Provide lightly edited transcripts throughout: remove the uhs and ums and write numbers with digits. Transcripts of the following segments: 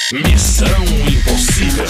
Missão Impossível.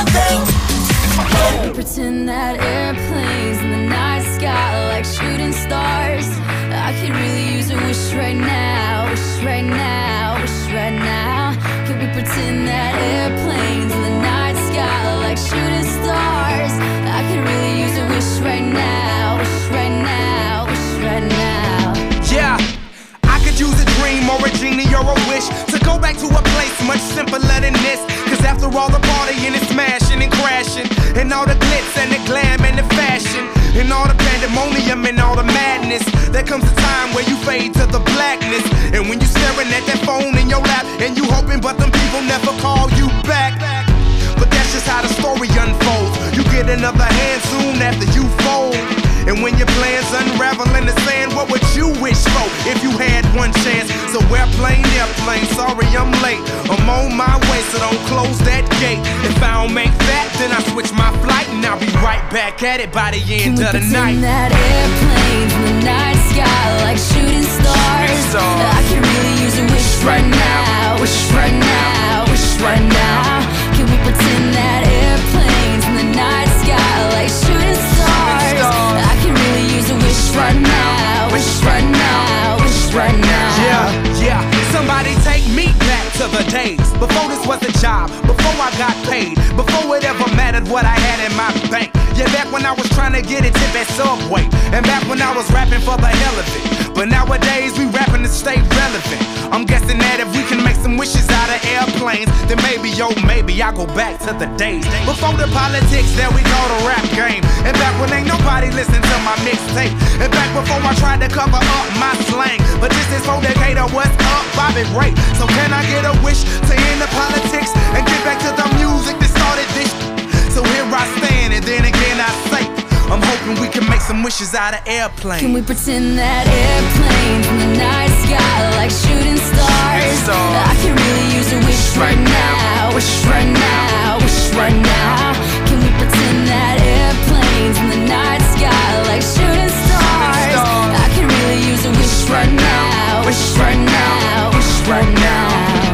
Pretend that airplanes in the night sky like shooting stars. I could really use a wish right now, wish right now, wish right now. Could we pretend that airplanes in the night sky like shooting stars? I could really use a wish right now, wish right now, wish right now. Yeah, I could use a dream or a genie or a wish to go back to a place much simpler than this. Cause after all the partying and smashing and crashing, and all the glitz and the glam and the fashion, and all the pandemonium and all the madness, there comes a time where you fade to the blackness. And when you staring at that phone in your lap, and you hoping but them people never call you back. But that's just how the story unfolds. You get another hand soon after you fold. And when your plans unravel in the sand, what would you wish for if you had one chance? So airplane, sorry I'm late. I'm on my way, so don't close that gate. If I don't make that, then I switch my flight, and I'll be right back at it by the end of the night. That airplanes in the night sky like shooting stars. I can really use a wish right now, wish right now, wish right now. Can we pretend that airplanes in the night sky like shooting stars? I can really use a wish right now, wish right now, wish right now. Yeah, somebody take me back to the days before this was a job, before I got paid, before it ever mattered what I had in my bank. Yeah, back when I was trying to get a tip at Subway, and back when I was rapping for the hell of it. But nowadays we rapping to stay relevant. I'm guessing that if we can make some wishes out of airplanes, then maybe, oh maybe I'll go back to the days before the politics that we call the rap game. And back when ain't nobody listened to my mixtape. And back before I tried to cover up my slang. But this is for Decatur, what's up, Bobby Ray? So can I get a wish to end the politics and get back to the music that started this? So here I stand, and then again I say, I'm hoping we can make some wishes out of airplanes. Can we pretend that airplanes in the night sky like shooting stars? I can really use a wish right now, wish right now, wish right now. Can we pretend that airplanes in the night sky like shooting stars? I can really use a wish right now, wish right now, wish right now.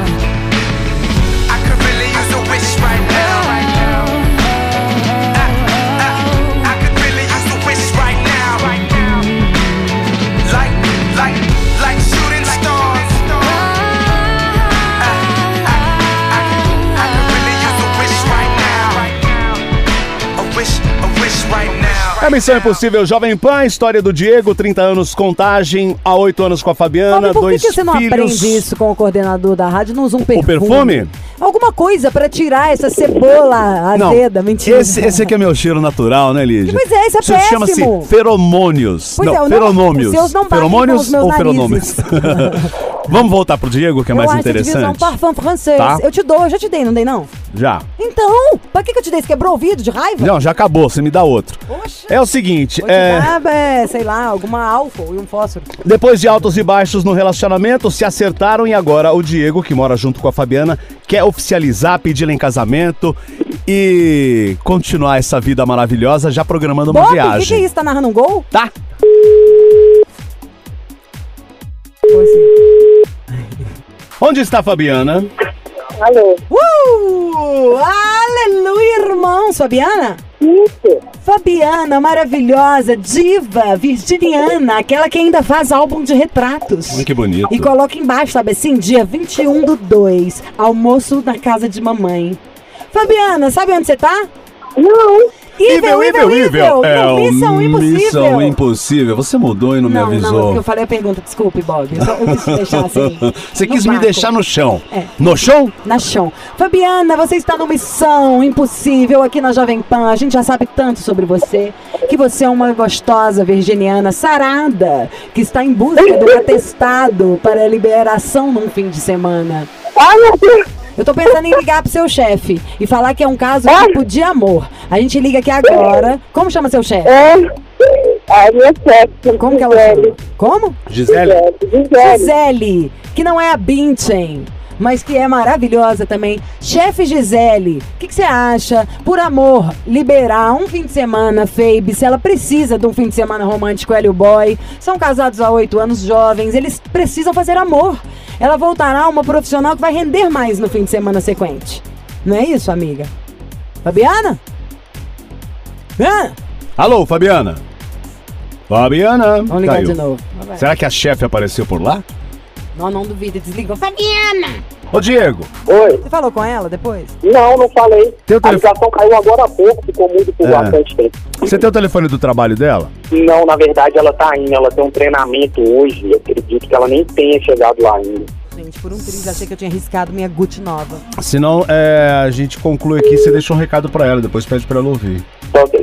I could really use a wish right now. A Missão Impossível Jovem Pan, história do Diego, 30 anos, contagem, há 8 anos com a Fabiana, Por dois que você não filhos. aprende isso com o coordenador da rádio? Não usa um perfume? O perfume? Alguma coisa pra tirar essa cebola azeda, mentira. Esse aqui é meu cheiro natural, né, Lígia? Pois é, esse é péssimo. Chama-se feromônios. Pois não, é, feronômios. os seus não batem feromônios com os meus ou narizes. feronômios? Vamos voltar pro Diego, que é mais interessante. Eu acho que parfum francês. Tá. Eu te dou, eu já te dei, não dei não? Já. Então, pra que eu te dei? Você quebrou o vidro de raiva? Não, já acabou, você me dá outro. Poxa. É o seguinte, Vou te dar, sei lá, alguma álcool e um fósforo. Depois de altos e baixos no relacionamento, se acertaram e agora o Diego, que mora junto com a Fabiana, quer oficializar, pedi-la em casamento e continuar essa vida maravilhosa, já programando uma viagem. O que é isso? Tá narrando um gol? Tá. Onde está a Fabiana? Alô? Aleluia, irmão! Fabiana? Isso. Fabiana, maravilhosa, diva, virginiana, aquela que ainda faz álbum de retratos. Que bonito. E coloca embaixo, sabe assim, dia 21/2, almoço na casa de mamãe. Fabiana, sabe onde você tá? Não. Evil. É Não, Missão Impossível. Missão Impossível. Você mudou e não me avisou. Não, eu falei a pergunta, desculpe, Bob. Eu quis te deixar assim. Você quis me deixar no chão. É. No chão? Na chão. Fabiana, você está no Missão Impossível aqui na Jovem Pan. A gente já sabe tanto sobre você, que você é uma gostosa virginiana sarada, que está em busca do atestado para liberação num fim de semana. Ai, meu Deus. Eu tô pensando em ligar pro seu chefe e falar que é um caso tipo de amor. A gente liga aqui agora. Como chama seu chefe? Minha chefe. Como que ela chama? Como? Gisele. Gisele, que não é a Binchen, mas que é maravilhosa também. Chefe Gisele, o que você acha? Por amor, liberar um fim de semana, Feibe, se ela precisa de um fim de semana romântico, ela e o boy. São casados há 8 anos, jovens, eles precisam fazer amor. ela voltará uma profissional que vai render mais no fim de semana sequente. Não é isso, amiga? Fabiana? Alô, Fabiana? Fabiana? Vamos ligar Caiu. de novo. Será que a chefe apareceu por lá? Não duvida, desligou. Fabiana! Ô, Diego, Oi. Você falou com ela depois? Não falei. Teu A telefone- ligação caiu agora há pouco, ficou mudo por bastante tempo. você tem o telefone do trabalho dela? Não, na verdade ela tá indo, ela tem um treinamento hoje, eu acredito que ela nem tenha chegado lá ainda. Gente, por um triz, achei que eu tinha arriscado minha Gucci nova. Senão, a gente conclui aqui, você deixa um recado pra ela, depois pede pra ela ouvir. Tá ok.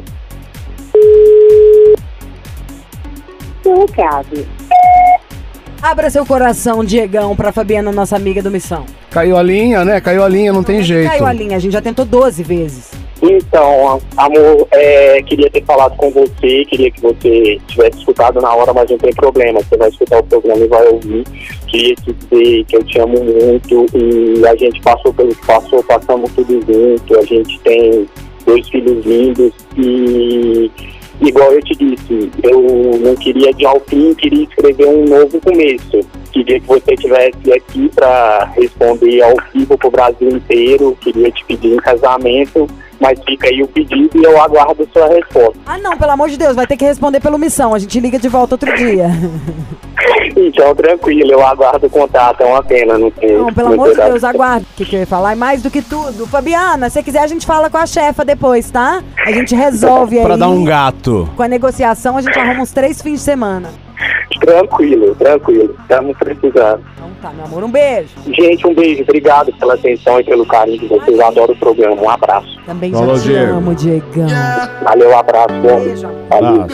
Abra seu coração, Diegão, pra Fabiana, nossa amiga do Missão. Caiu a linha, né? Caiu a linha, não tem jeito. Caiu a linha, a gente já tentou 12 vezes. Então, amor, queria ter falado com você, queria que você tivesse escutado na hora, mas não tem problema. Você vai escutar o programa e vai ouvir. Queria te dizer que eu te amo muito e a gente passou pelo que passou, passamos tudo junto. A gente tem 2 filhos lindos e, igual eu te disse, eu não queria de ao fim, queria escrever um novo começo. Queria que você estivesse aqui para responder ao vivo pro Brasil inteiro. Queria te pedir em casamento. Mas fica aí o pedido e eu aguardo a sua resposta. Ah, não, pelo amor de Deus, vai ter que responder pelo Missão. A gente liga de volta outro dia. Então, tranquilo, eu aguardo o contato, é uma pena não ter... Não, pelo amor de Deus, aguarda. O que eu ia falar? E mais do que tudo, Fabiana, se quiser a gente fala com a chefa depois, tá? A gente resolve aí. Pra dar um gato. Com a negociação, a gente arruma uns 3 fins de semana. Tranquilo, estamos precisando. Então tá, meu amor, um beijo. Gente, um beijo, obrigado pela atenção e pelo carinho de vocês, adoro o programa, um abraço. Também Falou, já te Diego. amo, Diegão. Valeu, abraço, bom. Beijo. Valeu.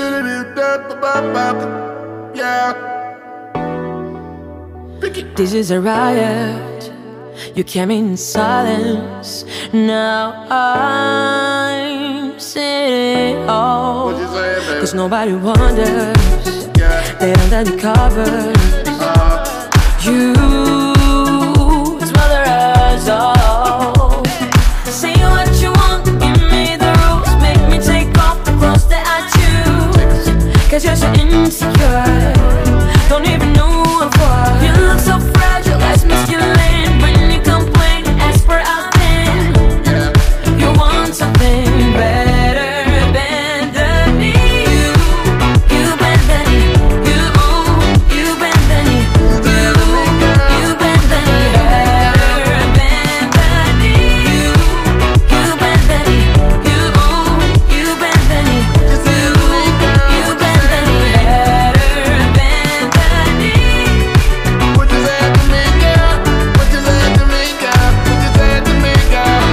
This is a riot. You came in silence. Now I'm sitting all. Cause nobody wonders that under the covers you smother us all. Say what you want, give me the rules. Make me take off the clothes that I choose. Cause you're so insecure, don't even know what for. You look so fragile, as masculine. When you complain, ask for I've been. You want something better than me. You better than me. You better than me. You better than me. Better than me. You better than me. You better than me. You better than me. Better than me. What you said to me, girl? What you said to me, girl? What you said to me, girl?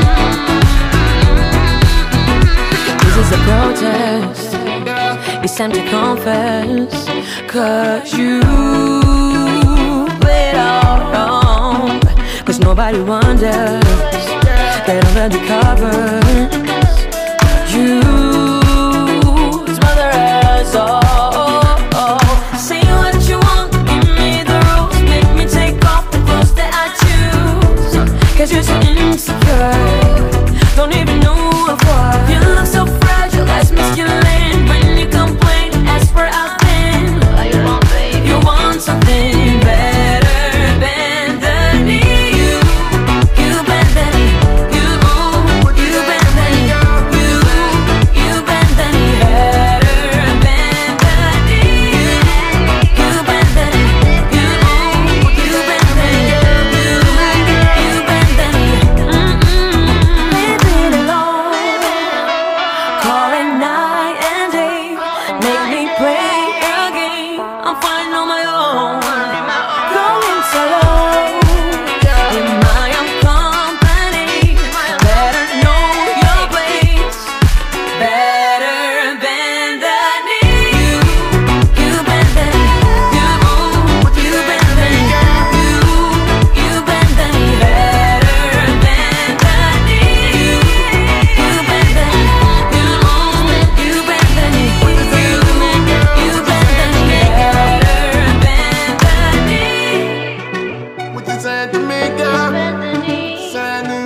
This is a protest. It's time to confess. Cause you played all wrong. Cause nobody wonders that under the covers you smother us all. Say what you want, give me the rules. Make me take off the clothes that I choose. Cause you're so insecure, don't even know what for. You look so fragile, as masculine. When you complain, ask for I've been. You want something better than me. You better than me. You better than me. You better than me. Better than me. You better than me. You better than me. You better than me. Leave it alone. Calling night and day, make me play a game. I'm fine on my own. Going solo in my own company. Better know your place. Better than that need. You better than me. You better than me. You better than me. Better than that need. You better than me. You better than me. You better than me. Better than that need. What you said to me, girl? Said to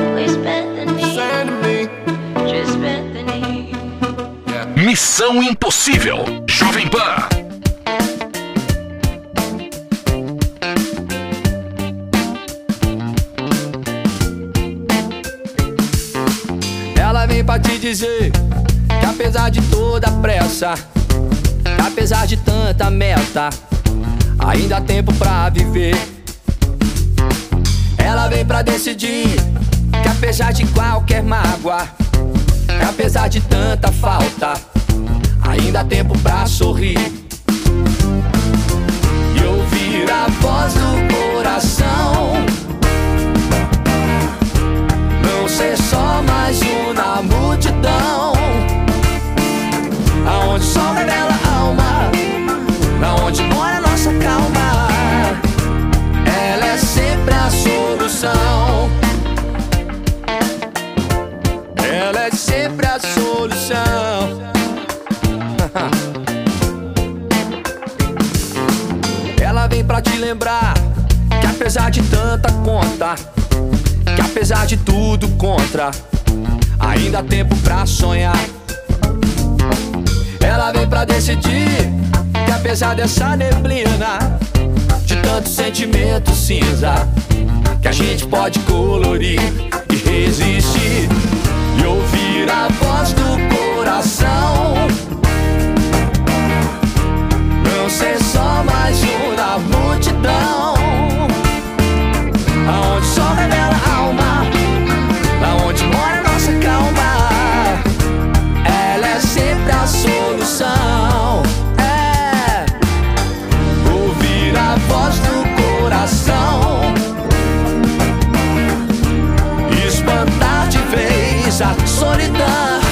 me. Missão Impossível. Jovem Pan. Ela vem pra te dizer que apesar de toda a pressa, que apesar de tanta meta, ainda há tempo pra viver. Ela vem pra decidir que apesar de qualquer mágoa, que apesar de tanta falta, ainda há tempo pra sorrir e ouvir a voz do coração. Não ser só mais um na multidão, aonde o sol revela a alma, aonde mora a nossa calma. Ela é sempre a solução. Ela é sempre a solução. Ela vem pra te lembrar que apesar de tanta conta, que apesar de tudo contra, ainda há tempo pra sonhar. Ela vem pra decidir que apesar dessa neblina, de tanto sentimento cinza, que a gente pode colorir e resistir e ouvir a voz do coração. Não ser só mais um na multidão, aonde o sol revela a alma, aonde mora a nossa calma. Ela é sempre a solução. É ouvir a voz do coração, espantar de vez a solidão.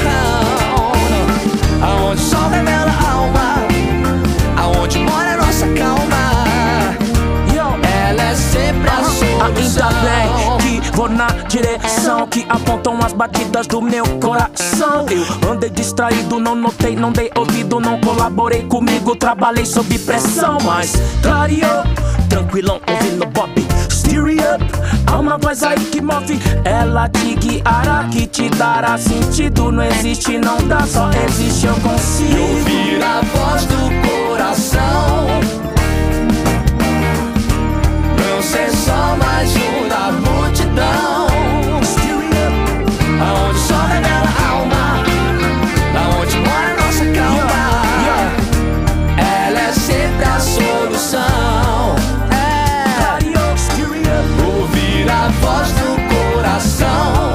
Aonde o sol revela a alma, aonde mora a nossa calma. Ela é sempre a solução. Ainda bem que vou na direção que apontam as batidas do meu coração. Eu andei distraído, não notei, não dei ouvido, não colaborei comigo, trabalhei sob pressão. Mas clareou, tranquilão, ouvindo Bob Steer up. Há uma voz aí que move, ela te guiará, que te dará sentido. Não existe, não dá, só existe, eu consigo. E ouvir a voz do coração, não ser só mais um na multidão, aonde o sol revela a alma, aonde mora a nossa calma. Ela é sempre a solução. É ouvir a voz do coração,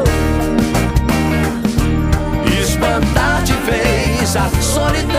espantar de vez a solidão.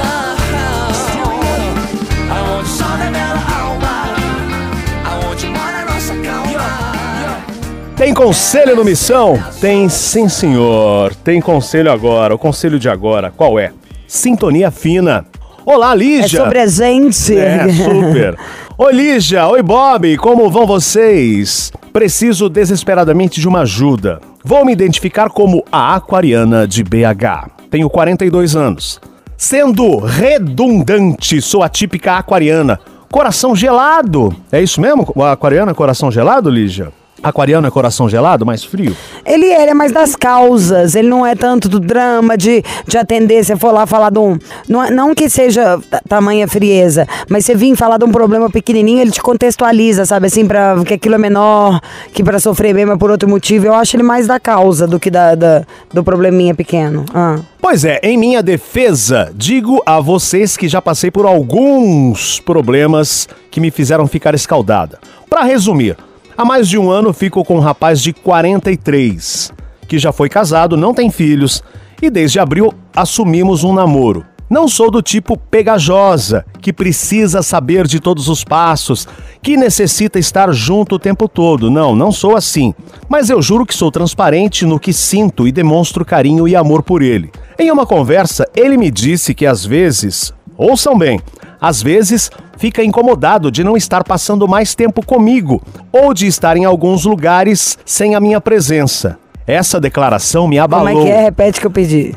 Aonde o sol revela a alma, aonde mora a nossa calma. Tem conselho no Missão? Tem sim, senhor. Tem conselho agora. O conselho de agora, qual é? Sintonia fina. Olá, Lígia. É sobre a gente. É, super. Oi, Lígia. Oi, Bob. Como vão vocês? Preciso desesperadamente de uma ajuda. Vou me identificar como a aquariana de BH. Tenho 42 anos. Sendo redundante, sou a típica aquariana. Coração gelado. É isso mesmo? A aquariana, coração gelado, Lígia? Aquariano é coração gelado, mais frio? Ele é mais das causas, ele não é tanto do drama de atender, você for lá falar de um... Não que seja tamanha frieza, mas você vir falar de um problema pequenininho, ele te contextualiza, sabe, assim, que aquilo é menor, que pra sofrer mesmo é por outro motivo. Eu acho ele mais da causa do que do probleminha pequeno. Pois é, em minha defesa, digo a vocês que já passei por alguns problemas que me fizeram ficar escaldada. Pra resumir, há mais de um ano fico com um rapaz de 43, que já foi casado, não tem filhos, e desde abril assumimos um namoro. Não sou do tipo pegajosa, que precisa saber de todos os passos, que necessita estar junto o tempo todo. Não sou assim. Mas eu juro que sou transparente no que sinto e demonstro carinho e amor por ele. Em uma conversa, ele me disse que às vezes, ouçam bem, às vezes fica incomodado de não estar passando mais tempo comigo ou de estar em alguns lugares sem a minha presença. Essa declaração me abalou. Como é que é? Repete que eu pedi.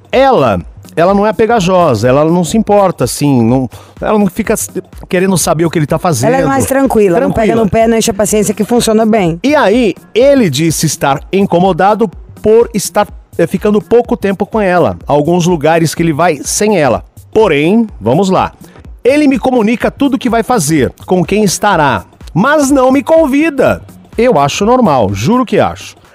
Ela não é pegajosa, ela não se importa, assim, ela não fica querendo saber o que ele tá fazendo. Ela é mais tranquila, não pega no pé, não enche a paciência, que funciona bem. E aí, ele disse estar incomodado por estar ficando pouco tempo com ela, alguns lugares que ele vai sem ela. Porém, vamos lá, ele me comunica tudo o que vai fazer, com quem estará, mas não me convida. Eu acho normal, juro que acho.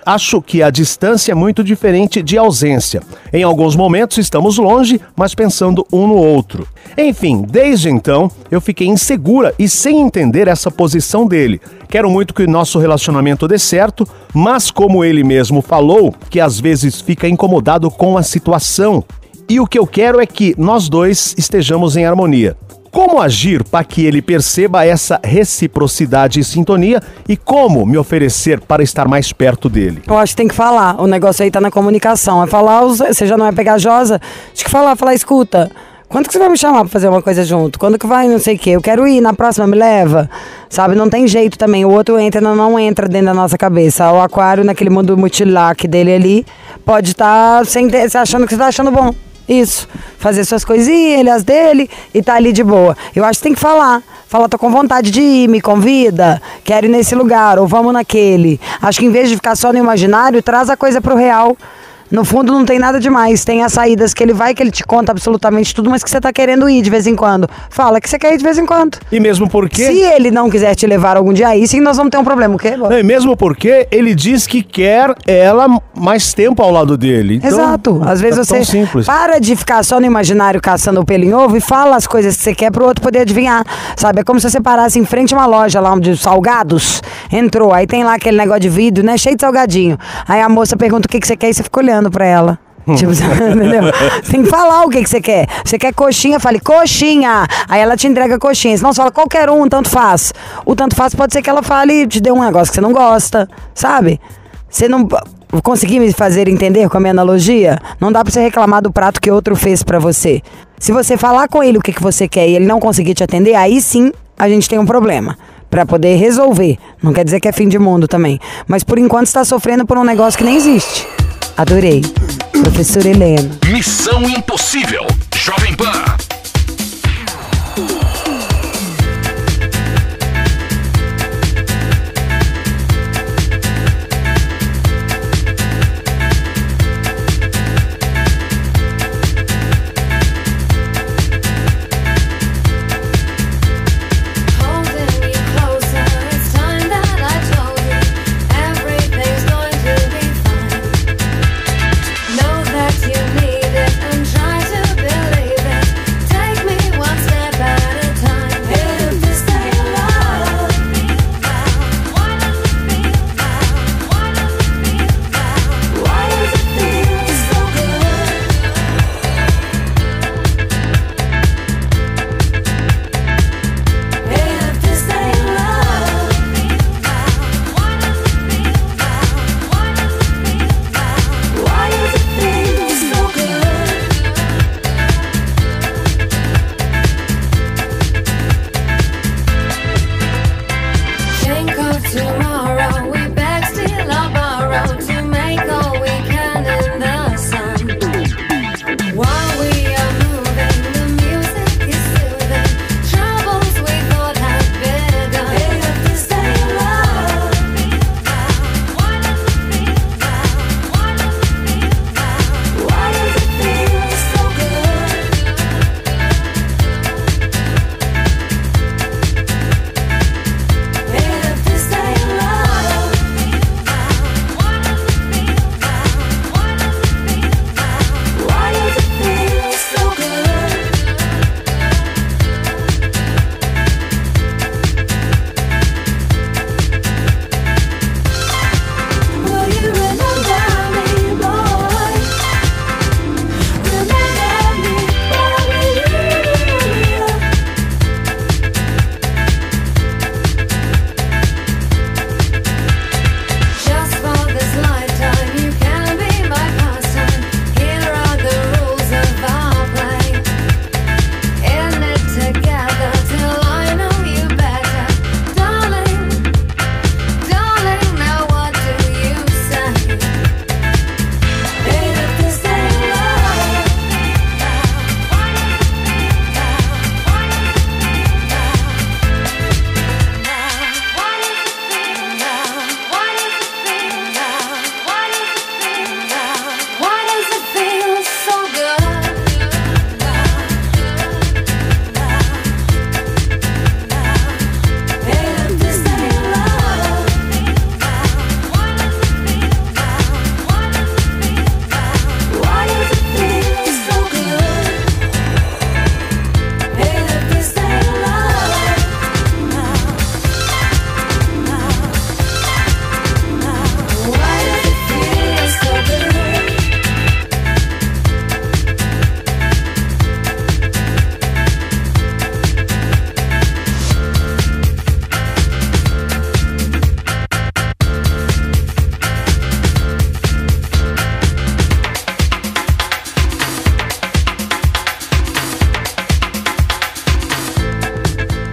Acho que a distância é muito diferente de ausência. Em alguns momentos estamos longe, mas pensando um no outro. Enfim, desde então, eu fiquei insegura e sem entender essa posição dele. Quero muito que o nosso relacionamento dê certo, mas como ele mesmo falou, que às vezes fica incomodado com a situação. E o que eu quero é que nós dois estejamos em harmonia. Como agir para que ele perceba essa reciprocidade e sintonia e como me oferecer para estar mais perto dele? Eu acho que tem que falar. O negócio aí tá na comunicação. É falar, você já não é pegajosa? Acho que falar, escuta, quando que você vai me chamar pra fazer uma coisa junto? Quando que vai, não sei o quê? Eu quero ir, na próxima me leva. Sabe, não tem jeito também. O outro entra, não entra dentro da nossa cabeça. O aquário, naquele mundo mutilac dele ali, pode estar achando que você tá achando bom. Isso, fazer suas coisinhas, ele as dele e tá ali de boa. Eu acho que tem que falar. Fala, tô com vontade de ir, me convida, quero ir nesse lugar, ou vamos naquele. Acho que em vez de ficar só no imaginário, traz a coisa pro real. No fundo não tem nada demais, tem as saídas que ele vai, que ele te conta absolutamente tudo, mas que você tá querendo ir de vez em quando. Fala que você quer ir de vez em quando. E mesmo porque... Se ele não quiser te levar algum dia, aí sim nós vamos ter um problema, o quê? Não, e mesmo porque ele diz que quer ela mais tempo ao lado dele. Então, exato, às vezes você para de ficar só no imaginário caçando o pelo em ovo e fala as coisas que você quer pro outro poder adivinhar, sabe? É como se você parasse em frente a uma loja lá de salgados, entrou, aí tem lá aquele negócio de vidro, né, cheio de salgadinho. Aí a moça pergunta o que você quer e você fica olhando pra ela. Tipo, entendeu? Você tem que falar o que você quer. Você quer coxinha? Fale, coxinha. Aí ela te entrega coxinha. Senão você fala qualquer um, tanto faz. O tanto faz pode ser que ela fale e te dê um negócio que você não gosta, sabe? Você não... Consegui me fazer entender com a minha analogia? Não dá pra você reclamar do prato que outro fez pra você. Se você falar com ele o que você quer e ele não conseguir te atender, aí sim a gente tem um problema. Pra poder resolver. Não quer dizer que é fim de mundo também. Mas por enquanto você tá sofrendo por um negócio que nem existe. Adorei. Professora Helena. Missão Impossível. Jovem Pan.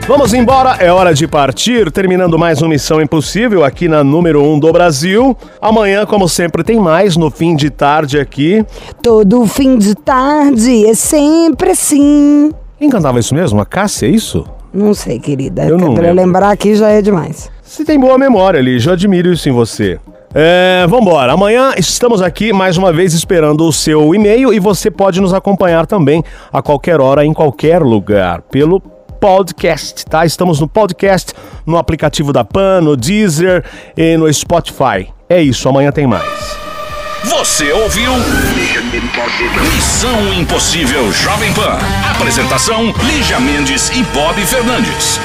Vamos embora, é hora de partir, terminando mais uma Missão Impossível aqui na número 1 do Brasil. Amanhã, como sempre, tem mais no fim de tarde aqui. Todo fim de tarde é sempre assim. Quem cantava isso mesmo? A Cássia, é isso? Não sei, querida. Eu não Pra lembro. lembrar aqui já é demais. Você tem boa memória, Lígia, eu admiro isso em você. Vambora, amanhã estamos aqui mais uma vez esperando o seu e-mail e você pode nos acompanhar também a qualquer hora, em qualquer lugar, pelo podcast, tá? Estamos no podcast, no aplicativo da Pan, no Deezer e no Spotify. É isso, amanhã tem mais. Você ouviu Missão Impossível Jovem Pan. Apresentação: Lígia Mendes e Bob Fernandes.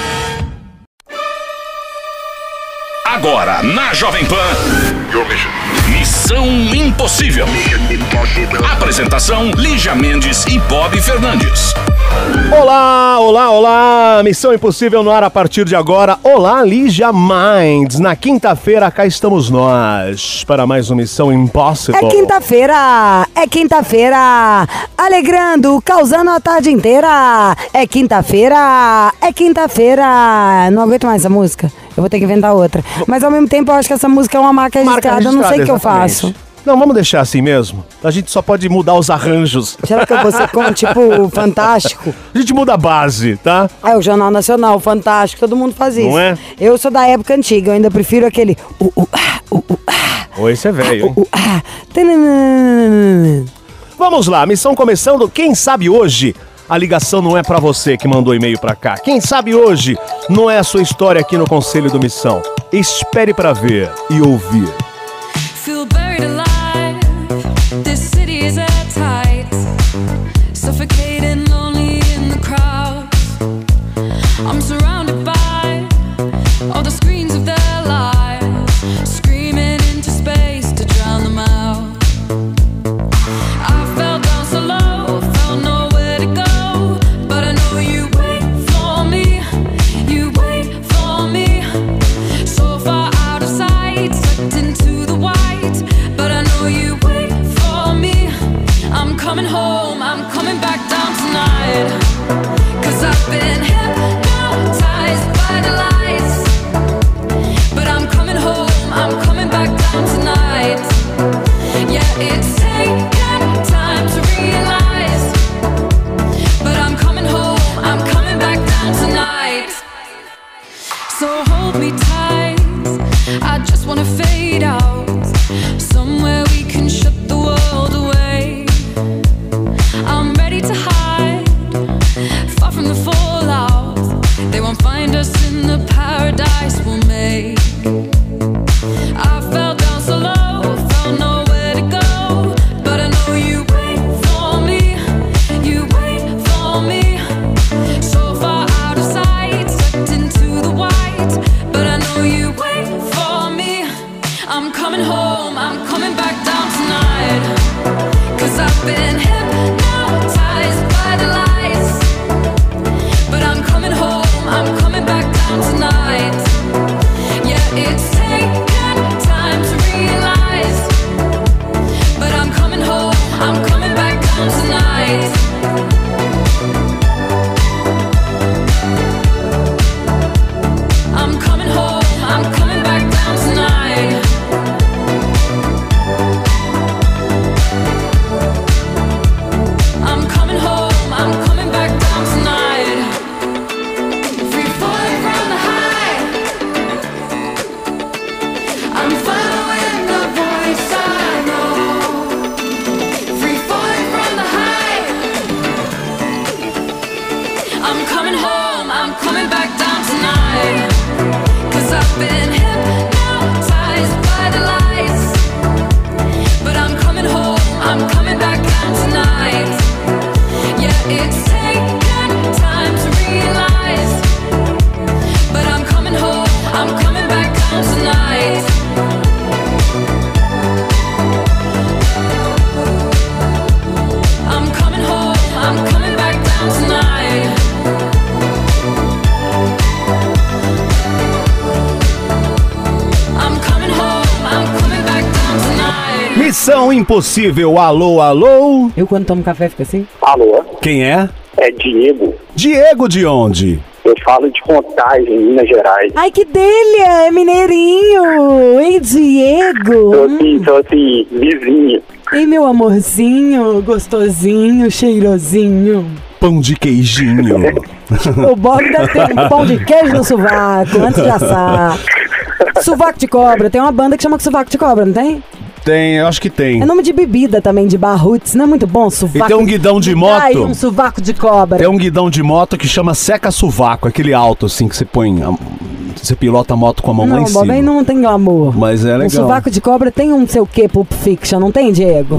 Agora na Jovem Pan, Missão Impossível. Apresentação: Lígia Mendes e Bob Fernandes. Olá, olá, olá! Missão Impossível no ar a partir de agora. Olá, Lígia Minds. Na quinta-feira, cá estamos nós para mais uma Missão Impossible. É quinta-feira, alegrando, causando a tarde inteira. É quinta-feira. Não aguento mais essa música, eu vou ter que inventar outra. Mas ao mesmo tempo eu acho que essa música é uma marca registrada, eu não sei o que eu faço. Não, vamos deixar assim mesmo. A gente só pode mudar os arranjos. Será que eu vou ser como, tipo, Fantástico? A gente muda a base, tá? É, o Jornal Nacional, Fantástico, todo mundo faz isso. Não é? Eu sou da época antiga, eu ainda prefiro aquele... Ou esse é velho, hein? Tananana. Vamos lá, missão começando. Quem sabe hoje a ligação não é pra você que mandou e-mail pra cá. Quem sabe hoje não é a sua história aqui no Conselho do Missão. Espere pra ver e ouvir. Feel buried alive. This city is airtight. Suffocating, lonely in the crowd. I'm surrounded by all the screens of their lives, screaming into space to drown them out. I fell down so low, felt nowhere to go, but I know you wait for me. You wait for me. So far out of sight, sucked into the white, but I know you wait for me. I'm coming home, I'm coming back down tonight, 'cause I've been hypnotized by the lights, but I'm coming home, I'm coming back down tonight. Yeah, it's taken time to realize, but I'm coming home, I'm coming back down tonight. So hold me tight, I just wanna fade out, somewhere we can shut the world away. I'm ready to hide, far from the fallout. They won't find us in the paradise we'll make. I fell down so low, found nowhere to go, but I know you wait for me. You wait for me. So far out of sight, sucked into the white, but I know you wait for me. I'm coming home, I'm coming back down tonight, 'cause I've been hypnotized by the lights, but I'm coming home, I'm coming back down tonight. Yeah, it's taken time to realize, but I'm coming home, I'm coming back down tonight. I'm coming home, I'm coming back down tonight. I'm coming home, I'm coming back down tonight. Free falling from the high, I'm following the voice I know. Free falling from the high, I'm coming home, I'm coming back down tonight, 'cause I've been hypnotized by the lights, but I'm coming home, I'm coming back down tonight. Yeah, it's taken time to realize, but I'm coming home, I'm coming back down tonight. I'm coming home, I'm coming back down tonight. I'm coming home, I'm coming back down tonight. Missão Impossível, alô, alô? Eu quando tomo café fica assim? Alô? Quem é? É Diego. Diego de onde? Eu falo de Contagem, Minas Gerais. Ai, que delha! É mineirinho! Ei, Diego! Sou assim, vizinho. Ei, meu amorzinho, gostosinho, cheirosinho. Pão de queijinho. O Bob deve ter pão de queijo no sovaco, antes de assar. Sovaco de cobra. Tem uma banda que chama Sovaco de Cobra, não tem? Tem, eu acho que tem. É nome de bebida também, de barrutes. Não é muito bom? Sovaco. E tem um guidão de moto. Aí, um sovaco de cobra. Tem um guidão de moto que chama seca-sovaco. Aquele alto, assim, que você põe... Você pilota a moto com a mão lá em cima. Não, Bob, aí não tem glamour. Mas é legal. Um sovaco de cobra tem um sei o que, Pulp Fiction, não tem, Diego?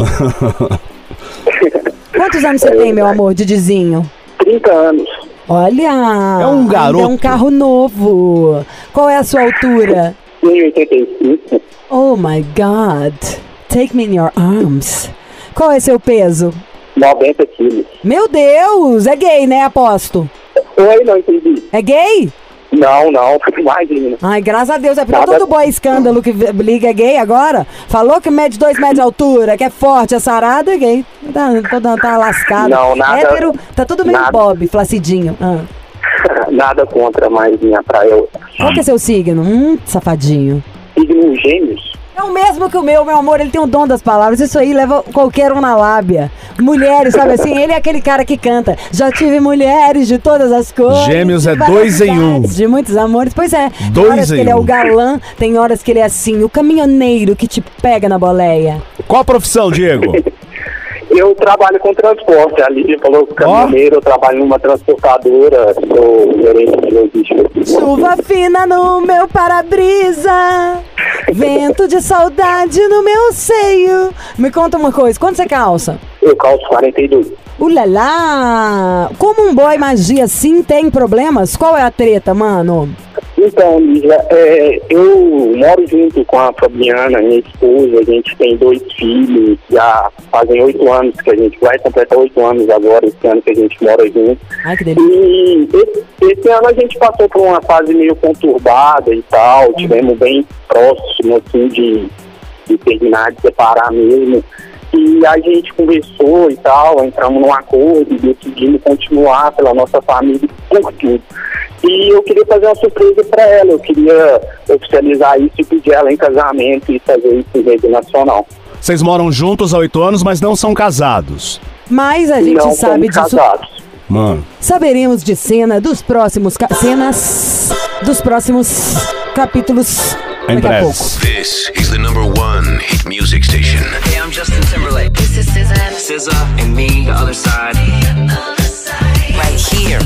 Quantos anos você tem, meu amor, Didizinho? 30 anos. Olha! É um garoto. É um carro novo. Qual é a sua altura? 1,85. Oh my God. Take me in your arms. Qual é seu peso? 90 quilos. Meu Deus! É gay, né, aposto? Oi, não entendi. É gay? Não, imagina. Ai, graças a Deus, é porque Nada. todo boy escândalo que liga é gay agora. Falou que mede 2 metros de altura, que é forte, é sarado, é gay. Tá lascado. Não, nada. Hétero, tá tudo meio nada. Bob, flacidinho. Nada contra, mas minha praia Qual que é seu signo? Safadinho. signo Gêmeos. É o mesmo que o meu amor, ele tem o dom das palavras. Isso aí leva qualquer um na lábia. Mulheres, sabe assim? Ele é aquele cara que canta. Já tive mulheres de todas as cores. Gêmeos é de várias 2 em 1. idades, de muitos amores. Pois é. Tem 2 horas que em ele é 1. o galã, tem horas que ele é assim, o caminhoneiro que te pega na boleia. Qual a profissão, Diego? Eu trabalho com transporte. A Lídia falou que caminhoneiro, eu trabalho numa transportadora, sou gerente de logística. Chuva fina no meu para-brisa, vento de saudade no meu seio. Me conta uma coisa, quanto você calça? Eu calço 42. Ulalá! Como um boy magia assim tem problemas? Qual é a treta, mano? Então, Lígia, eu moro junto com a Fabiana, minha esposa. A gente tem 2 filhos, já fazem 8 anos que a gente vai completar 8 anos agora, esse ano que a gente mora junto. Ai, que delícia. E esse ano a gente passou por uma fase meio conturbada e tal, tivemos bem próximo, assim, de terminar, de separar mesmo. E a gente conversou e tal, entramos num acordo e decidimos continuar pela nossa família por tudo. E eu queria fazer uma surpresa para ela, eu queria oficializar isso e pedir ela em casamento e fazer isso em rede nacional. Vocês moram juntos há 8 anos, mas não são casados. Mas a gente Não sabe somos disso. casados. Mano. Saberemos de cena dos próximos cenas dos próximos capítulos Em daqui a breve. pouco. This is the #1 hit music station. Hey, I'm Justin Timberlake. This is SZA and me, the other side. Right here.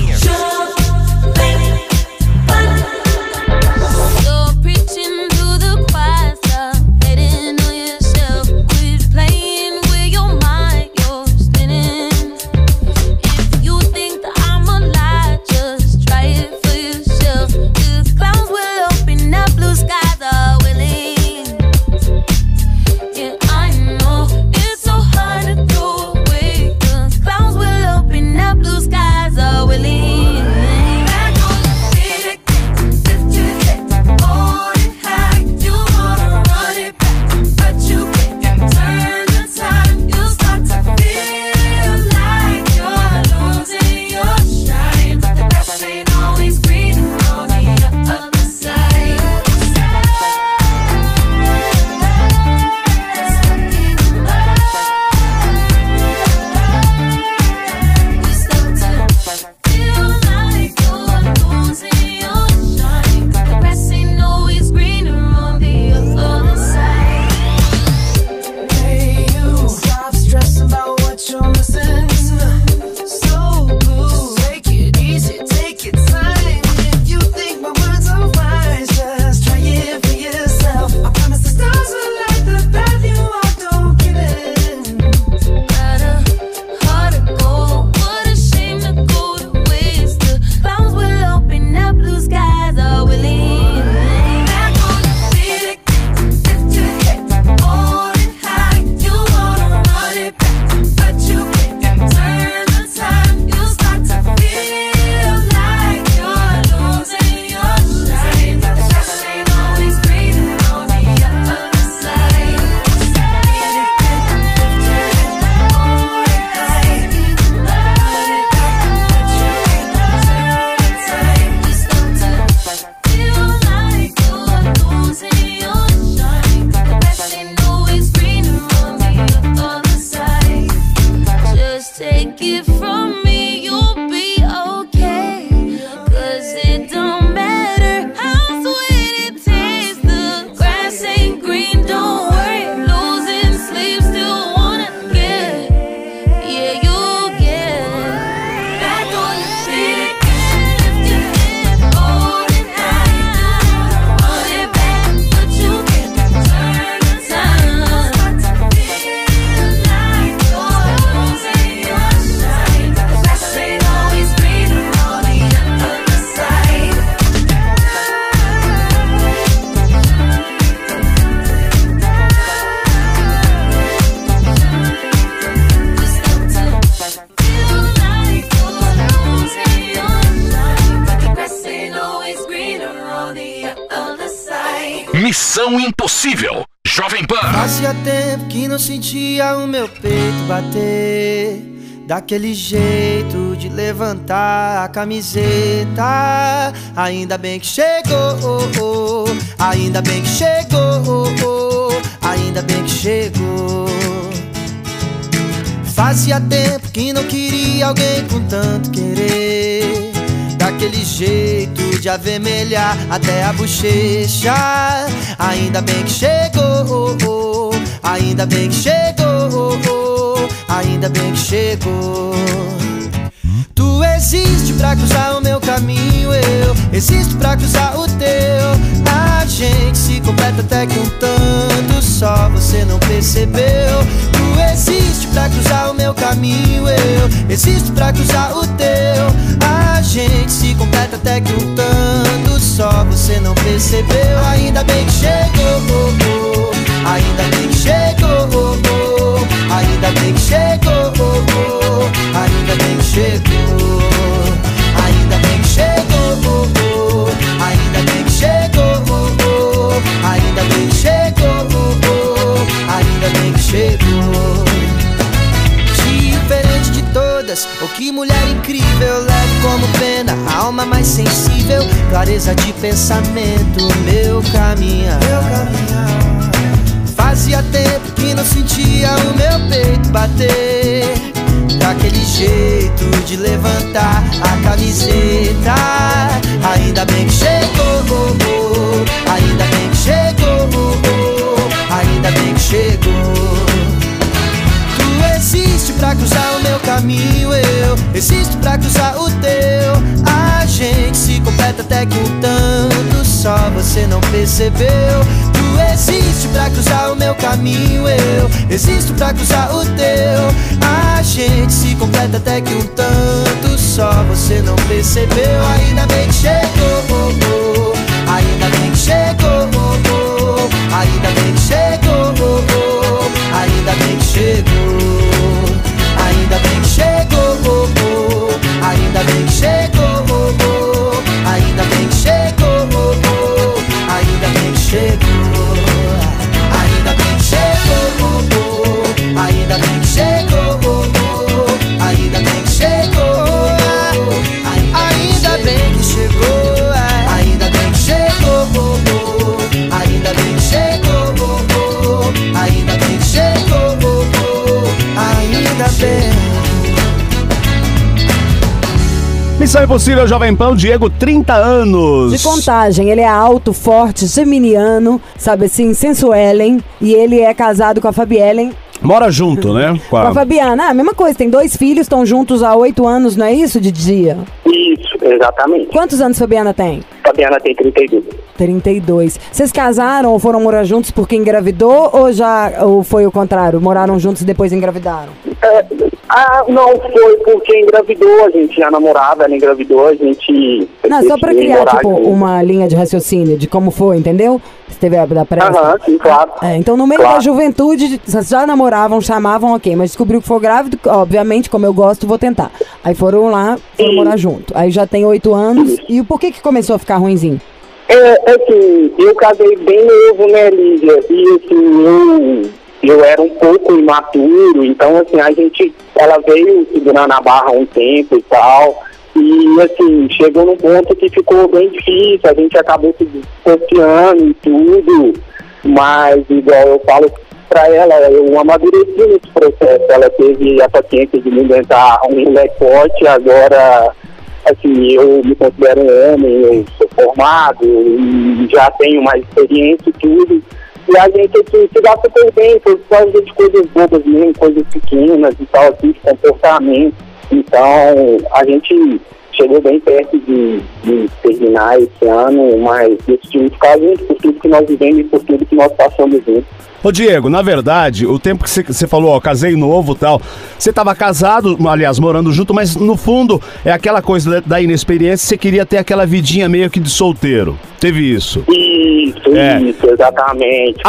You're preaching to the choir, stop hating on yourself. Quit playing with your mind, you're spinning. If you think that I'm a lie, just try it for yourself. 'Cause clouds will open up, blue skies are willing. Yeah, I know it's so hard to throw away. 'Cause clouds will Missão Impossível. Jovem Pan. Fazia tempo que não sentia o meu peito bater daquele jeito de levantar a camiseta. Ainda bem que chegou, ainda bem que chegou, ainda bem que chegou. Fazia tempo que não queria alguém com tanto querer, daquele jeito de avermelhar até a bochecha. Ainda bem que chegou, ainda bem que chegou, ainda bem que chegou. Tu existe pra cruzar o meu caminho, eu existo pra cruzar o teu. A gente se completa até que um tanto, só você não percebeu. Tu existe pra cruzar o meu caminho, eu existo pra cruzar o teu. A gente se completa até que um tanto, só você não percebeu. Ainda bem que chegou, ainda bem que chegou, ainda bem que chegou, ainda bem que chegou, ainda bem que chegou, ainda bem que chegou, ainda bem que chegou, ainda bem que chegou. Diferente de todas, oh que mulher incrível, leve como pena, a alma mais sensível, clareza de pensamento, meu caminhar. Fazia tempo que não sentia o meu peito bater daquele jeito de levantar a camiseta. Ainda bem que chegou, ainda bem que chegou, ainda bem que chegou. Tu existe pra cruzar o meu caminho, eu existo pra cruzar o teu. A gente se completa até que um tanto, só você não percebeu. Tu existe pra cruzar o meu caminho, eu existo pra cruzar o teu. A gente se completa até que um tanto, só você não percebeu. Ainda bem que chegou, ainda bem que chegou, ainda bem que chegou, ainda bem que chegou, ainda bem que chegou, ainda bem que chegou, ainda bem que chegou, ainda bem que chegou, ainda bem que chegou, ainda bem que chegou, ainda bem que chegou, ainda bem que chegou, ainda bem que chegou, ainda bem que chegou, ainda bem que chegou, ainda bem. Missão Impossível, Jovem Pan, Diego, 30 anos. De contagem, ele é alto, forte, geminiano, sabe assim, sensuelen, e ele é casado com a Fabiellen. Mora junto, né? Com a Fabiana, a mesma coisa, tem 2 filhos, estão juntos há 8 anos, não é isso, Didia? Isso, exatamente. Quantos anos Fabiana tem? Fabiana tem 32. 32. Vocês casaram ou foram morar juntos porque engravidou ou foi o contrário? Moraram juntos e depois engravidaram? Não foi porque engravidou, a gente já namorava, ela engravidou, a gente... Não, só pra criar, tipo, uma linha de raciocínio de como foi, entendeu? Você teve a da pressa. Sim, claro. Então no meio da juventude, vocês já namoravam, chamavam, ok, mas descobriu que foi grávido, obviamente, como eu gosto, vou tentar. Aí foram lá, foram morar junto. Aí já tem 8 anos, e por que começou a ficar ruinzinho? Assim, eu casei bem novo, né, Lídia? E assim, eu era um pouco imaturo, então assim, ela veio segurando a barra um tempo e tal, e assim, chegou num ponto que ficou bem difícil, a gente acabou se distanciando e tudo, mas igual eu falo pra ela, eu amadureci nesse processo, ela teve a paciência de me inventar um moleque forte, agora... Assim, eu me considero um homem, eu sou formado e já tenho mais experiência e tudo. E a gente assim, se dá super bem por causa de coisas bobas mesmo, coisas pequenas e tal, assim, de comportamento. Então, a gente chegou bem perto de terminar esse ano, mas decidimos ficar juntos por tudo que nós vivemos e por tudo que nós passamos juntos. Ô Diego, na verdade, o tempo que você falou, ó, casei novo e tal, você tava casado, aliás, morando junto, mas no fundo é aquela coisa da inexperiência, você queria ter aquela vidinha meio que de solteiro. Teve isso? Isso, exatamente.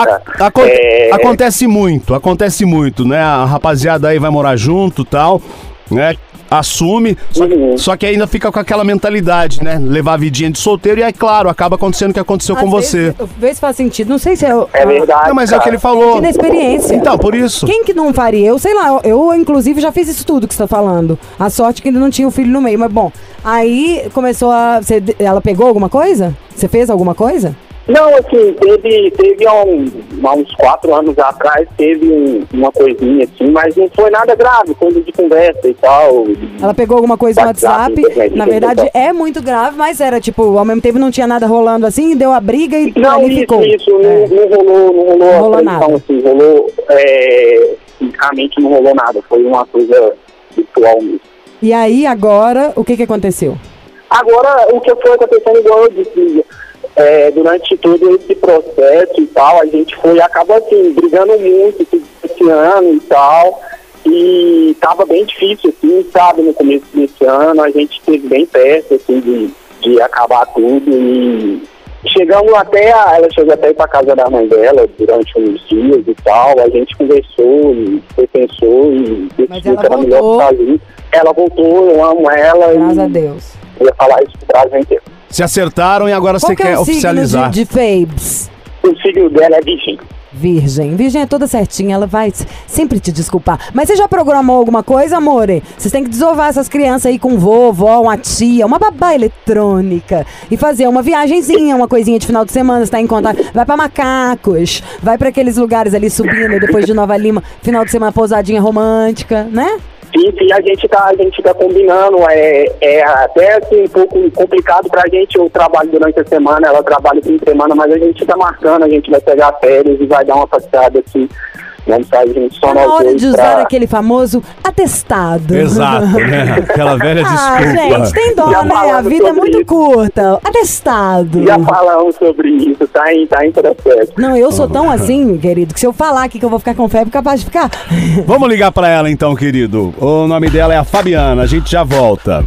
Acontece muito, né? A rapaziada aí vai morar junto e tal, né? assume, só que ainda fica com aquela mentalidade, né? Levar a vidinha de solteiro e aí, claro, acaba acontecendo o que aconteceu com você. Vê se faz sentido. Não sei se É verdade. Não, mas é o que ele falou. Inexperiência. Então, por isso. Quem que não faria? Eu sei lá, eu inclusive já fiz isso tudo que você tá falando. A sorte que ainda não tinha o filho no meio, mas bom. Aí começou a... Ela pegou alguma coisa? Você fez alguma coisa? Não, assim, teve há uns 4 anos atrás, teve uma coisinha assim, mas não foi nada grave, coisa de conversa e tal. Ela pegou alguma coisa no WhatsApp, na verdade é muito grave, mas era tipo, ao mesmo tempo não tinha nada rolando assim, deu a briga e não, ali ficou. Não rolou nada. Assim, fisicamente não rolou nada, foi uma coisa virtual mesmo. E aí agora, o que aconteceu? Agora, o que foi acontecendo, igual eu disse, durante todo esse processo e tal, a gente acabou assim, brigando muito esse ano e tal, e tava bem difícil, assim, sabe, no começo desse ano, a gente esteve bem perto, assim, de acabar tudo, e chegamos ela chegou até ir pra casa da mãe dela durante uns dias e tal, a gente conversou e repensou e decidiu que era melhor sair. Ela voltou, eu amo ela. Graças a Deus. Eu ia falar isso pro Brasil inteiro. Se acertaram e agora você quer oficializar. De Fabes? O signo dela é virgem. Virgem é toda certinha, ela vai sempre te desculpar. Mas você já programou alguma coisa, amore? Vocês têm que desovar essas crianças aí com vovó, uma tia, uma babá eletrônica e fazer uma viagenzinha, uma coisinha de final de semana, você tá em contato. Vai pra Macacos, vai pra aqueles lugares ali subindo, depois de Nova Lima, final de semana pousadinha romântica, né? Sim, a gente tá combinando, até assim um pouco complicado pra gente, eu trabalho durante a semana, ela trabalha fim de semana, mas a gente tá marcando, a gente vai pegar férias e vai dar uma passeada assim, vamos sair juntos só nós dois. Na hora de usar aquele famoso atestado. Exato, né? Aquela velha desculpa. Gente, tem dó, né? A vida é muito curta. Atestado. Já falamos sobre isso, tá em processo. Não, eu sou tão assim, querido, que se eu falar aqui que eu vou ficar com febre, capaz de ficar. Vamos ligar pra ela então, querido. O nome dela é a Fabiana, a gente já volta.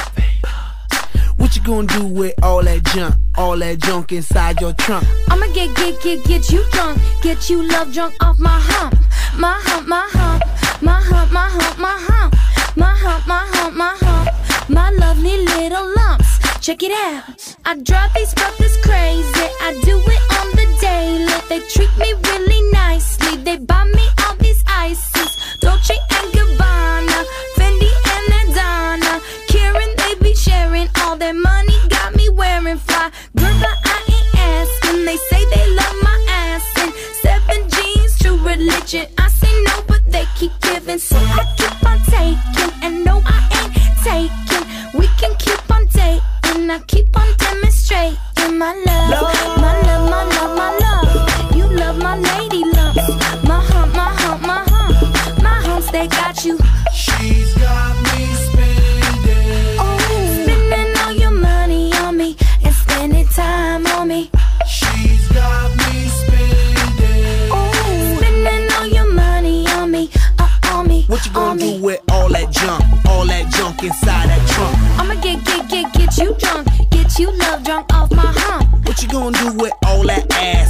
What you gonna do with all that junk inside your trunk? I'ma get you drunk, get you love drunk off my hump, my hump, my hump, my hump, my hump, my hump, my hump, my hump, my hump, my lovely little lumps. Check it out. I drive these brothers crazy. I do it on the daily. They treat me really nicely. They buy me all these ices, Dolce and Gabbana, Fendi and Adana, Karen. They be sharing all their money. Got me wearing fly. Girl, but I ain't asking. They say they love my ass and 7 jeans, true religion. I say no, but they keep giving, so I keep on taking. And no, I ain't taking. We can keep on dating. I keep on demonstrating my love, my love, my love, my love. You love my lady lumps, my hump, my hump, my hump, my humps. They got you. She's got me spending. Oh, spending all your money on me and spending time on me. She's got me spending. Oh, spending all your money on me, on me. What you gonna do with all that junk inside that trunk? I'ma get you drunk, get you love drunk off my hump. What you gonna do with all that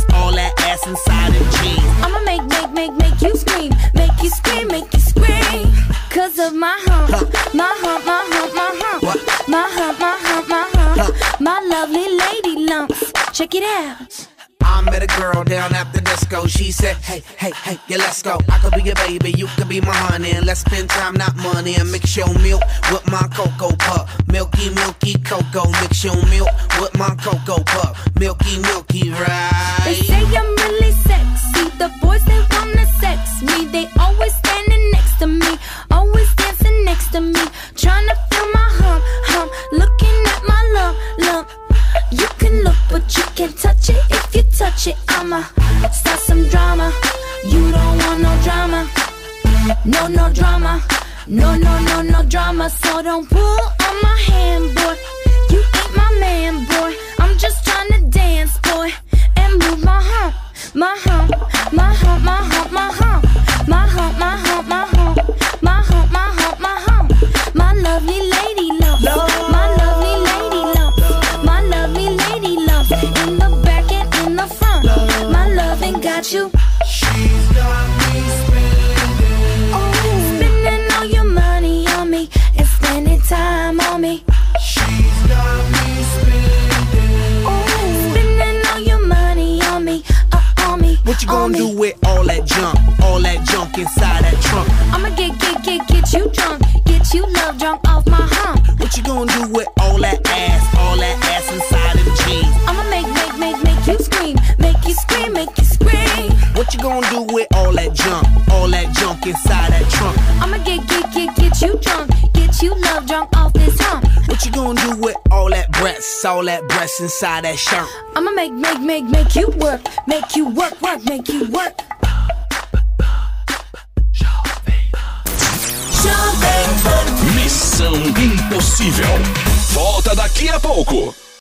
ass inside them jeans? I'ma make you scream, make you scream, make you scream. Cause of my hump, my hump, my hump, my hump, my hump, my hump, my hump, my lovely lady lumps. Check it out. I met a girl down at the disco. She said, hey, yeah, let's go. I could be your baby, you could be my honey, and let's spend time, not money. And mix your milk with my cocoa pup. Milky, milky cocoa. Mix your milk with my cocoa pup. Milky, milky, right? They say I'm really sexy. The boys, they wanna sex me. They always standing next to me, always dancing next to me, trying to feel my hump, looking at my lump. You can look, but you can't touch it. If you touch it, I'ma start some drama. You don't want no drama. No drama. No drama. So don't pull on my hand, boy. You ain't my man, boy. I'm just trying to dance, boy, and move my hump, my hump, my hump, my hump, my hump, my hump, my hump, my hump, my hump, my hump, my hump, my lovely lady lumps, my lovely lady lumps, my lovely lady lumps, in the back and in the front. My loving got you. She's got me spending. Oh, spending all your money on me. It's junk inside that trunk. I'ma get you drunk, get you love drunk off my hump. What you gonna do with all that ass inside them jeans? I'ma make you scream, make you scream, make you scream. What you gonna do with all that junk inside that trunk? I'ma get you drunk, get you love drunk off this hump. What you gonna do with all that breasts inside that shirt? I'ma make you work, make you work, make you work. Missão Impossível. Volta daqui a pouco.